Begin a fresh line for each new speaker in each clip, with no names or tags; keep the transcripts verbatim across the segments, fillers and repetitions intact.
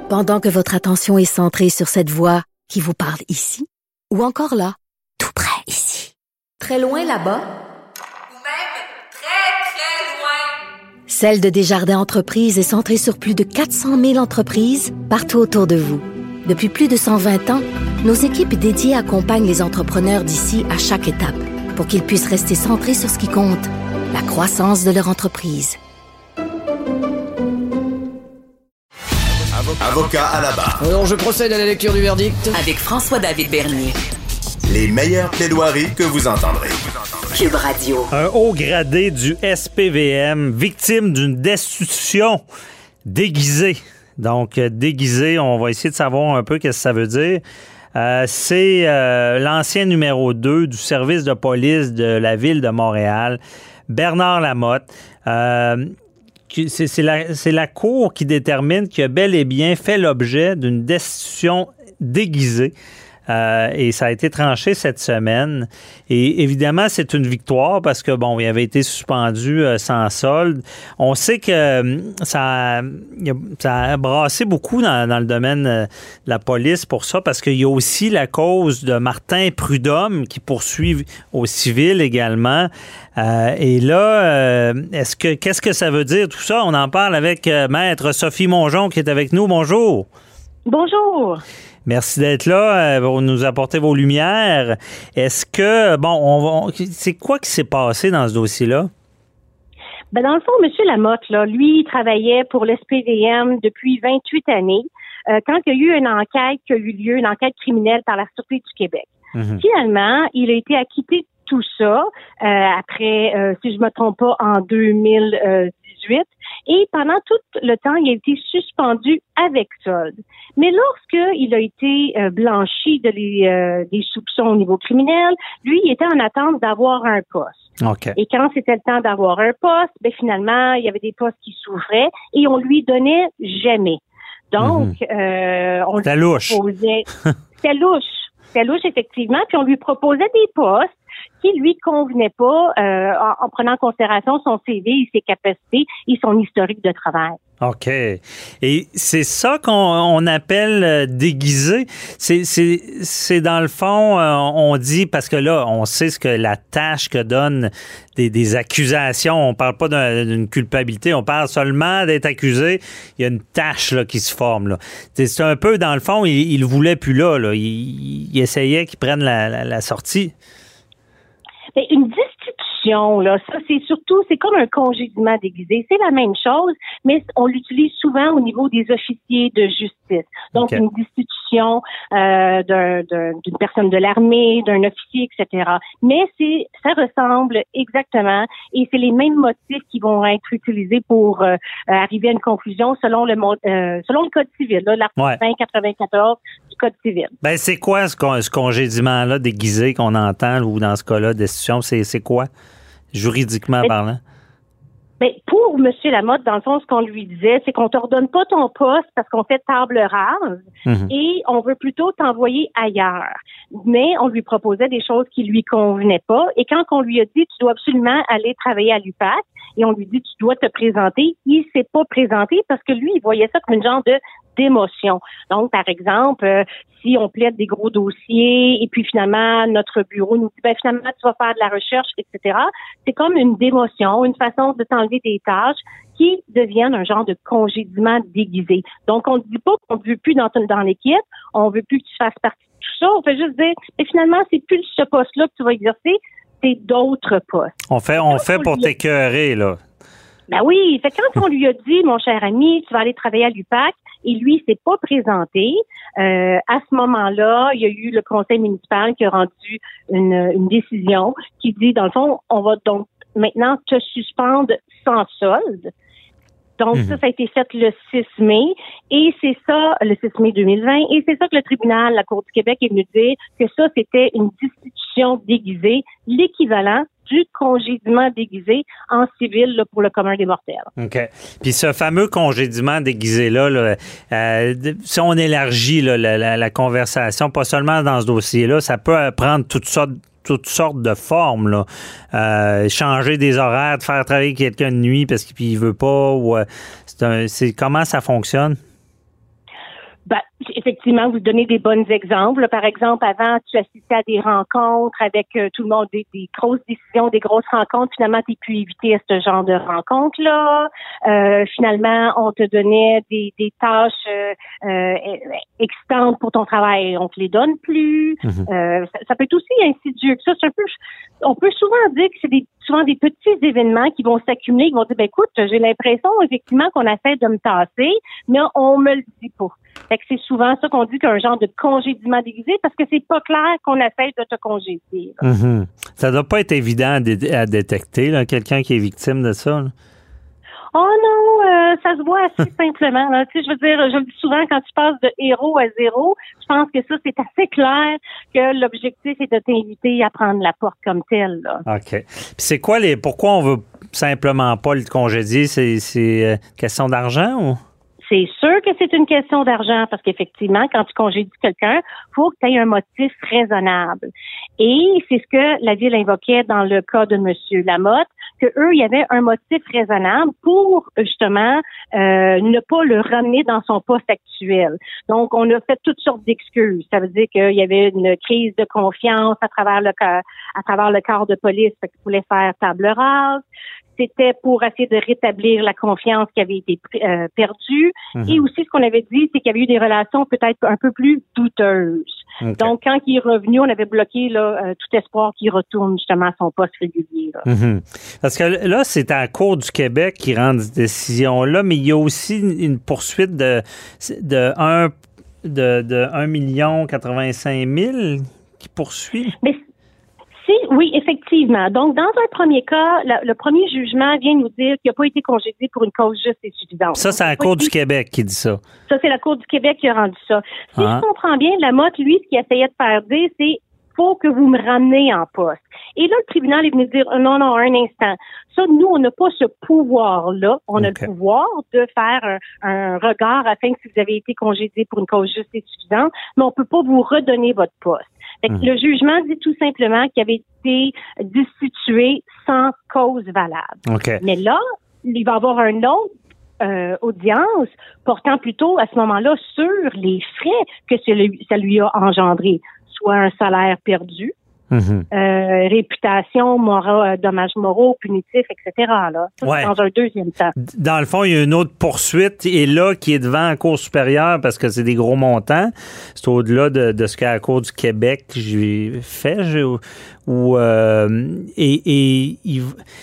Pendant que votre attention est centrée sur cette voix qui vous parle ici, ou encore là, tout près ici, très loin là-bas,
ou même très, très loin.
Celle de Desjardins Entreprises est centrée sur plus de quatre cent mille entreprises partout autour de vous. Depuis plus de cent vingt ans, nos équipes dédiées accompagnent les entrepreneurs d'ici à chaque étape pour qu'ils puissent rester centrés sur ce qui compte, la croissance de leur entreprise.
Avocat à la barre.
Alors, je procède à la lecture du verdict.
Avec François-David Bernier.
Les meilleures plaidoiries que vous entendrez.
Cube Radio.
Un haut gradé du S P V M, victime d'une destitution déguisée. Donc, euh, déguisée, on va essayer de savoir un peu qu'est-ce que ça veut dire. Euh, c'est euh, l'ancien numéro deux du service de police de la ville de Montréal, Bernard Lamotte. Euh, C'est, c'est, la, c'est la Cour qui détermine qu'il a bel et bien fait l'objet d'une destitution déguisée. Euh, et ça a été tranché cette semaine. Et évidemment, c'est une victoire parce que, bon, il avait été suspendu euh, sans solde. On sait que euh, ça, a, ça a brassé beaucoup dans, dans le domaine euh, de la police pour ça, parce qu'il y a aussi la cause de Martin Prudhomme qui poursuit au civil également. Euh, et là, euh, est-ce que qu'est-ce que ça veut dire tout ça? On en parle avec euh, Maître Sophie Mongeon qui est avec nous. Bonjour.
Bonjour.
Merci d'être là, pour nous apporter vos lumières. Est-ce que, bon, on va, c'est quoi qui s'est passé dans ce dossier-là?
Ben dans le fond, M. Lamotte, là, lui, il travaillait pour l'S P V M depuis vingt-huit années, euh, quand il y a eu une enquête qui a eu lieu, une enquête criminelle par la Sûreté du Québec. Mm-hmm. Finalement, il a été acquitté de tout ça, euh, après, euh, si je me trompe pas, en deux mille dix-huit. Et pendant tout le temps, il a été suspendu avec solde. Mais lorsqu'il a été euh, blanchi de les, euh, des soupçons au niveau criminel, lui, il était en attente d'avoir un poste.
Okay.
Et quand c'était le temps d'avoir un poste, ben finalement, il y avait des postes qui s'ouvraient et on lui donnait jamais. Donc, mm-hmm. euh, on
C'était
lui
louche.
proposait... C'était louche. C'était louche, effectivement. Puis on lui proposait des postes qui lui convenaient pas euh, en, en prenant en considération son C V, ses capacités et son historique de travail.
OK. Et c'est ça qu'on on appelle euh, déguisé. C'est, c'est, c'est dans le fond, euh, on dit, parce que là, on sait ce que la tâche que donnent des, des accusations. On parle pas d'un, d'une culpabilité, on parle seulement d'être accusé. Il y a une tâche là, qui se forme. Là. C'est, c'est un peu, dans le fond, il, il voulait plus là. là. Il, il essayait qu'il prenne la, la, la sortie.
Mais une destitution, là, ça, c'est surtout, c'est comme un congédiement déguisé. C'est la même chose, mais on l'utilise souvent au niveau des officiers de justice. Donc, okay. Une destitution euh, d'un, d'un, d'une personne de l'armée, d'un officier, et cetera. Mais c'est, ça ressemble exactement, et c'est les mêmes motifs qui vont être utilisés pour euh, arriver à une conclusion selon le euh, selon le Code civil, là, l'article vingt quatre-vingt-quatorze du Code civil.
Ben, c'est quoi ce, ce congédiement-là déguisé qu'on entend, ou dans ce cas-là, destitution, c'est, c'est quoi, juridiquement Mais, parlant?
Ben, pour M. Lamotte, dans le fond, ce qu'on lui disait, c'est qu'on te redonne pas ton poste parce qu'on fait table rase mm-hmm. et on veut plutôt t'envoyer ailleurs. Mais on lui proposait des choses qui lui convenaient pas. Et quand on lui a dit, tu dois absolument aller travailler à l'U P A C, et on lui dit, tu dois te présenter, il s'est pas présenté parce que lui, il voyait ça comme une genre de d'émotion. Donc, par exemple, euh, si on plaide des gros dossiers et puis finalement, notre bureau nous dit, ben finalement, tu vas faire de la recherche, et cetera. C'est comme une démotion, une façon de t'enlever des tâches qui deviennent un genre de congédiement déguisé. Donc, on ne dit pas qu'on ne veut plus dans, dans l'équipe, on veut plus que tu fasses partie de tout ça, on fait juste dire, mais finalement, c'est plus ce poste-là que tu vas exercer, c'est d'autres postes.
On fait, on fait pour t'écœurer, là.
Ben oui, fait quand on lui a dit, mon cher ami, tu vas aller travailler à l'U P A C, et lui, il s'est pas présenté. Euh, à ce moment-là, il y a eu le conseil municipal qui a rendu une, une décision qui dit, dans le fond, on va donc maintenant te suspendre sans solde. Donc, mmh. ça, ça a été fait le six mai, et c'est ça, le six mai deux mille vingt, et c'est ça que le tribunal, la Cour du Québec, est venu dire que ça, c'était une destitution déguisée, l'équivalent du congédiement déguisé en civil là, pour le commun des mortels.
OK. Puis ce fameux congédiement déguisé-là, là, euh, si on élargit là, la, la, la conversation, pas seulement dans ce dossier-là, ça peut prendre toutes sortes toutes sortes de formes, là. Euh, changer des horaires, de faire travailler quelqu'un de nuit parce qu'il ne veut pas, ou euh, c'est un, c'est comment ça fonctionne?
Ben, effectivement, vous donnez des bons exemples. Par exemple, avant, tu assistais à des rencontres avec euh, tout le monde, des, des grosses décisions, des grosses rencontres. Finalement, tu pu éviter ce genre de rencontres-là. Euh, finalement, on te donnait des, des tâches euh, euh, excitantes pour ton travail. On te les donne plus. Mm-hmm. Euh, ça, ça peut être aussi insidieux que ça. C'est un peu, on peut souvent dire que c'est des, souvent des petits événements qui vont s'accumuler, qui vont dire, ben écoute, j'ai l'impression effectivement qu'on essaie de me tasser, mais on me le dit pas. Fait que c'est souvent ça qu'on dit qu'un genre de congédiement déguisé parce que c'est pas clair qu'on essaie de te congédier.
Mm-hmm. Ça doit pas être évident à, dé- à détecter, là, quelqu'un qui est victime de ça. Là.
Oh non, euh, ça se voit assez simplement. Là. Tu sais, je veux dire, je le dis souvent, quand tu passes de héros à zéro, je pense que ça, c'est assez clair que l'objectif est de t'inviter à prendre la porte comme telle. Là.
OK. Puis c'est quoi les... Pourquoi on veut simplement pas le congédier? C'est, c'est euh, question d'argent ou...
C'est sûr que c'est une question d'argent parce qu'effectivement, quand tu congédies quelqu'un, il faut que tu aies un motif raisonnable. Et c'est ce que la Ville invoquait dans le cas de M. Lamotte, que eux, il y avait un motif raisonnable pour, justement, euh, ne pas le ramener dans son poste actuel. Donc, on a fait toutes sortes d'excuses. Ça veut dire qu'il y avait une crise de confiance à travers le à travers le corps de police, fait qu'il voulait faire table rase. C'était pour essayer de rétablir la confiance qui avait été euh, perdue. Mm-hmm. Et aussi, ce qu'on avait dit, c'est qu'il y avait eu des relations peut-être un peu plus douteuses. Okay. Donc, quand il est revenu, on avait bloqué là, euh, tout espoir qu'il retourne justement à son poste régulier. Là.
Mm-hmm. Parce que là, c'est à la Cour du Québec qui rend cette décision-là, mais il y a aussi une poursuite de, de un de, de un million quatre-vingt-cinq mille qui poursuit.
Mais Si, oui, effectivement. Donc, dans un premier cas, la, le premier jugement vient nous dire qu'il n'a pas été congédié pour une cause juste et suffisante.
Ça, c'est la Cour du Québec qui dit ça.
Ça, c'est la Cour du Québec qui a rendu ça. Si
ah.
je comprends bien, Lamotte, lui, ce qu'il essayait de faire dire, c'est faut que vous me ramenez en poste. Et là, le tribunal est venu dire non, non, un instant. Ça, nous, on n'a pas ce pouvoir-là. On okay. a le pouvoir de faire un, un regard afin que si vous avez été congédié pour une cause juste et suffisante, mais on peut pas vous redonner votre poste. Fait que mmh. Le jugement dit tout simplement qu'il avait été destitué sans cause valable.
Okay.
Mais là, il va y avoir un autre euh, audience portant plutôt à ce moment-là sur les frais que ça lui a engendré, soit un salaire perdu, mm-hmm. euh, réputation, morale, dommages moraux, punitifs, et cetera. Là. Ça, ouais. Dans un deuxième temps.
Dans le fond, il y a une autre poursuite et là qui est devant la Cour supérieure parce que c'est des gros montants. C'est au-delà de, de ce qu'à la Cour du Québec j'ai fait. J'ai, ou, euh, et, et il...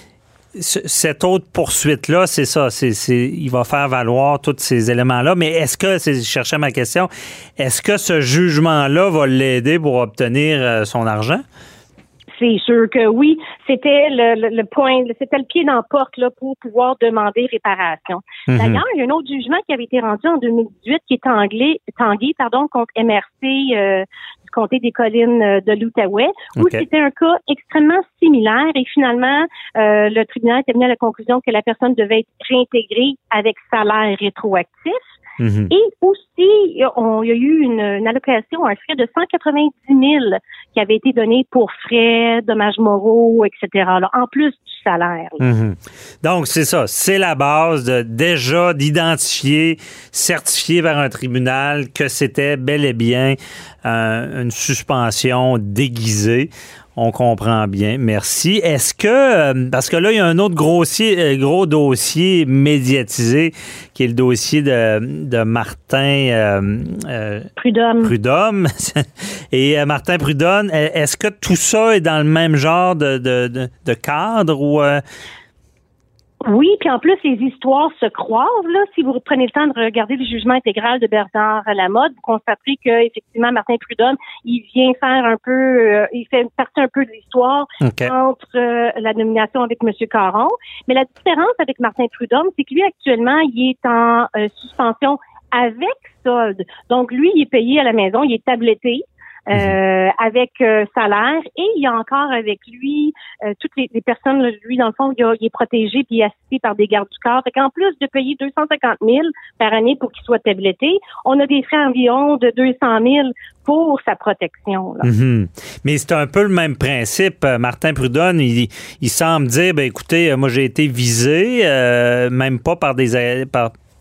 Cette autre poursuite-là, c'est ça, c'est, c'est, il va faire valoir tous ces éléments-là, mais est-ce que, c'est, je cherchais ma question, est-ce que ce jugement-là va l'aider pour obtenir euh, son argent?
C'est sûr que oui. C'était le, le, le point, c'était le pied dans la porte là, pour pouvoir demander réparation. Mm-hmm. D'ailleurs, il y a un autre jugement qui avait été rendu en deux mille dix-huit qui est tangué, tangué pardon, contre M R C euh, du comté des collines de l'Outaouais, où okay. c'était un cas extrêmement similaire et finalement, euh, le tribunal est venu à la conclusion que la personne devait être réintégrée avec salaire rétroactif. Mm-hmm. Et aussi, on, il y a eu une, une allocation, un frais de cent quatre-vingt-dix mille qui avait été donné pour frais, dommages moraux, et cetera, là, en plus du salaire.
Mm-hmm. Donc, c'est ça. C'est la base de déjà d'identifier, certifier par un tribunal que c'était bel et bien euh, une suspension déguisée. On comprend bien. Merci. Est-ce que, parce que là, il y a un autre grossier, gros dossier médiatisé qui est le dossier de, de Martin euh, euh,
Prudhomme.
Prudhomme. Et euh, Martin Prudhomme, est-ce que tout ça est dans le même genre de, de, de, de cadre ou... Euh...
Oui, puis en plus, les histoires se croisent. Là, si vous prenez le temps de regarder le jugement intégral de Bernard Lamotte, vous constaterez que effectivement, Martin Prudhomme, il vient faire un peu, euh, il fait partie un peu de l'histoire okay. entre euh, la nomination avec M. Caron. Mais la différence avec Martin Prudhomme, c'est que lui, actuellement, il est en euh, suspension avec solde. Donc, lui, il est payé à la maison, il est tabletté. Euh, avec euh, salaire et il y a encore avec lui euh, toutes les, les personnes, lui dans le fond il, a, il est protégé puis assisté par des gardes du corps. Fait qu'en plus de payer deux cent cinquante mille par année pour qu'il soit tabletté, on a des frais environ de deux cent mille pour sa protection. Là.
Mm-hmm. Mais c'est un peu le même principe. Martin Prudhomme, il, il semble dire, ben écoutez, moi j'ai été visé, euh, même pas par des par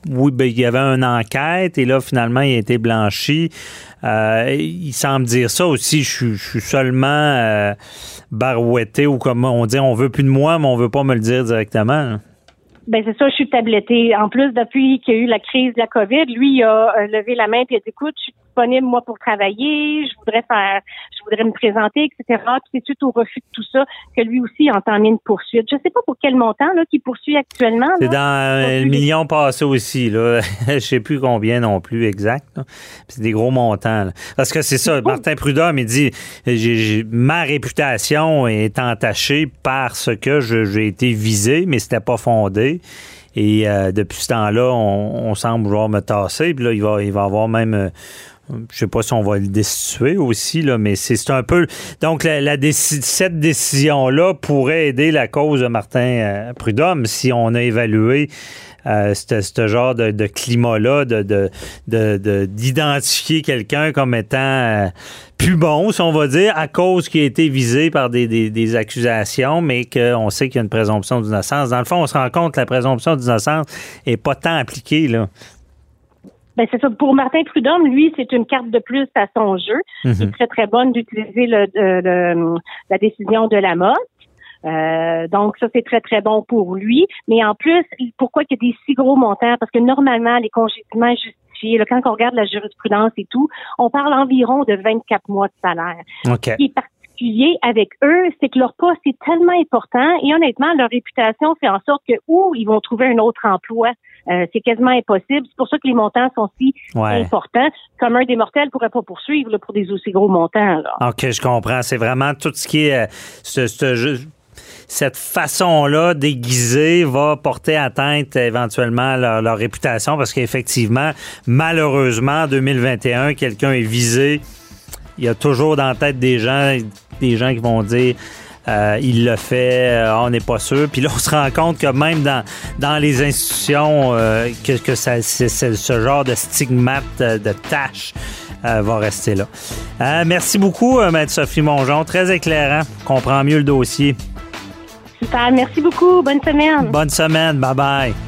oui, ben, il y avait une enquête et là, finalement, il a été blanchi. Euh, il semble dire ça aussi. Je, je suis seulement euh, barouetté ou comme on dit, on veut plus de moi, mais on veut pas me le dire directement. Là.
Ben c'est ça, je suis tablettée. En plus, depuis qu'il y a eu la crise de la COVID, lui, il a euh, levé la main et il a dit, écoute, je suis disponible, moi, pour travailler, je voudrais faire, je voudrais me présenter, et cetera. Puis c'est suite au refus de tout ça que lui aussi a entamé une poursuite. Je sais pas pour quel montant, là, qu'il poursuit actuellement.
C'est
là.
dans euh, le million passé aussi, là. Je sais plus combien non plus exact, là. C'est des gros montants, là. Parce que c'est ça, Martin Prudhomme, il dit, j'ai, j'ai, ma réputation est entachée parce que je, j'ai été visé, mais c'était pas fondé. Et euh, depuis ce temps-là, on, on semble vouloir me tasser. Puis là, il va, il va avoir même... Euh, je sais pas si on va le destituer aussi, là, mais c'est, c'est un peu... Donc, la, la déci- cette décision-là pourrait aider la cause de Martin euh, Prudhomme si on a évalué euh, ce genre de, de climat-là, de, de, de, de, d'identifier quelqu'un comme étant euh, plus bon, si on va dire, à cause qu'il a été visé par des, des, des accusations, mais qu'on sait qu'il y a une présomption d'innocence. Dans le fond, on se rend compte que la présomption d'innocence n'est pas tant appliquée, là.
Ben c'est ça. Pour Martin Prudhomme, lui, c'est une carte de plus à son jeu. Mm-hmm. C'est très, très bonne d'utiliser le, le, le, la décision de Lamotte. Euh, donc, ça, c'est très, très bon pour lui. Mais en plus, pourquoi il y a des si gros montants? Parce que normalement, les congédiements justifiés, là, quand on regarde la jurisprudence et tout, on parle environ de vingt-quatre mois de salaire.
Okay.
Ce qui est particulier avec eux, c'est que leur poste est tellement important et honnêtement, leur réputation fait en sorte que ou ils vont trouver un autre emploi. Euh, c'est quasiment impossible. C'est pour ça que les montants sont si ouais. importants. Comme un des mortels ne pourrait pas poursuivre là, pour des aussi gros montants. Là.
OK, je comprends. C'est vraiment tout ce qui est... Euh, ce, ce, cette façon-là déguisée va porter atteinte éventuellement à leur, leur réputation parce qu'effectivement, malheureusement, en deux mille vingt et un, quelqu'un est visé. Il y a toujours dans la tête des gens, des gens qui vont dire... Euh, il le fait, euh, on n'est pas sûr. Puis là, on se rend compte que même dans, dans les institutions, euh, que, que ça, c'est, c'est ce genre de stigmate, euh, de tâche euh, va rester là. Euh, merci beaucoup, euh, Maître Sophie Mongeon. Très éclairant. On comprend mieux le dossier.
Super. Merci beaucoup. Bonne semaine.
Bonne semaine. Bye-bye.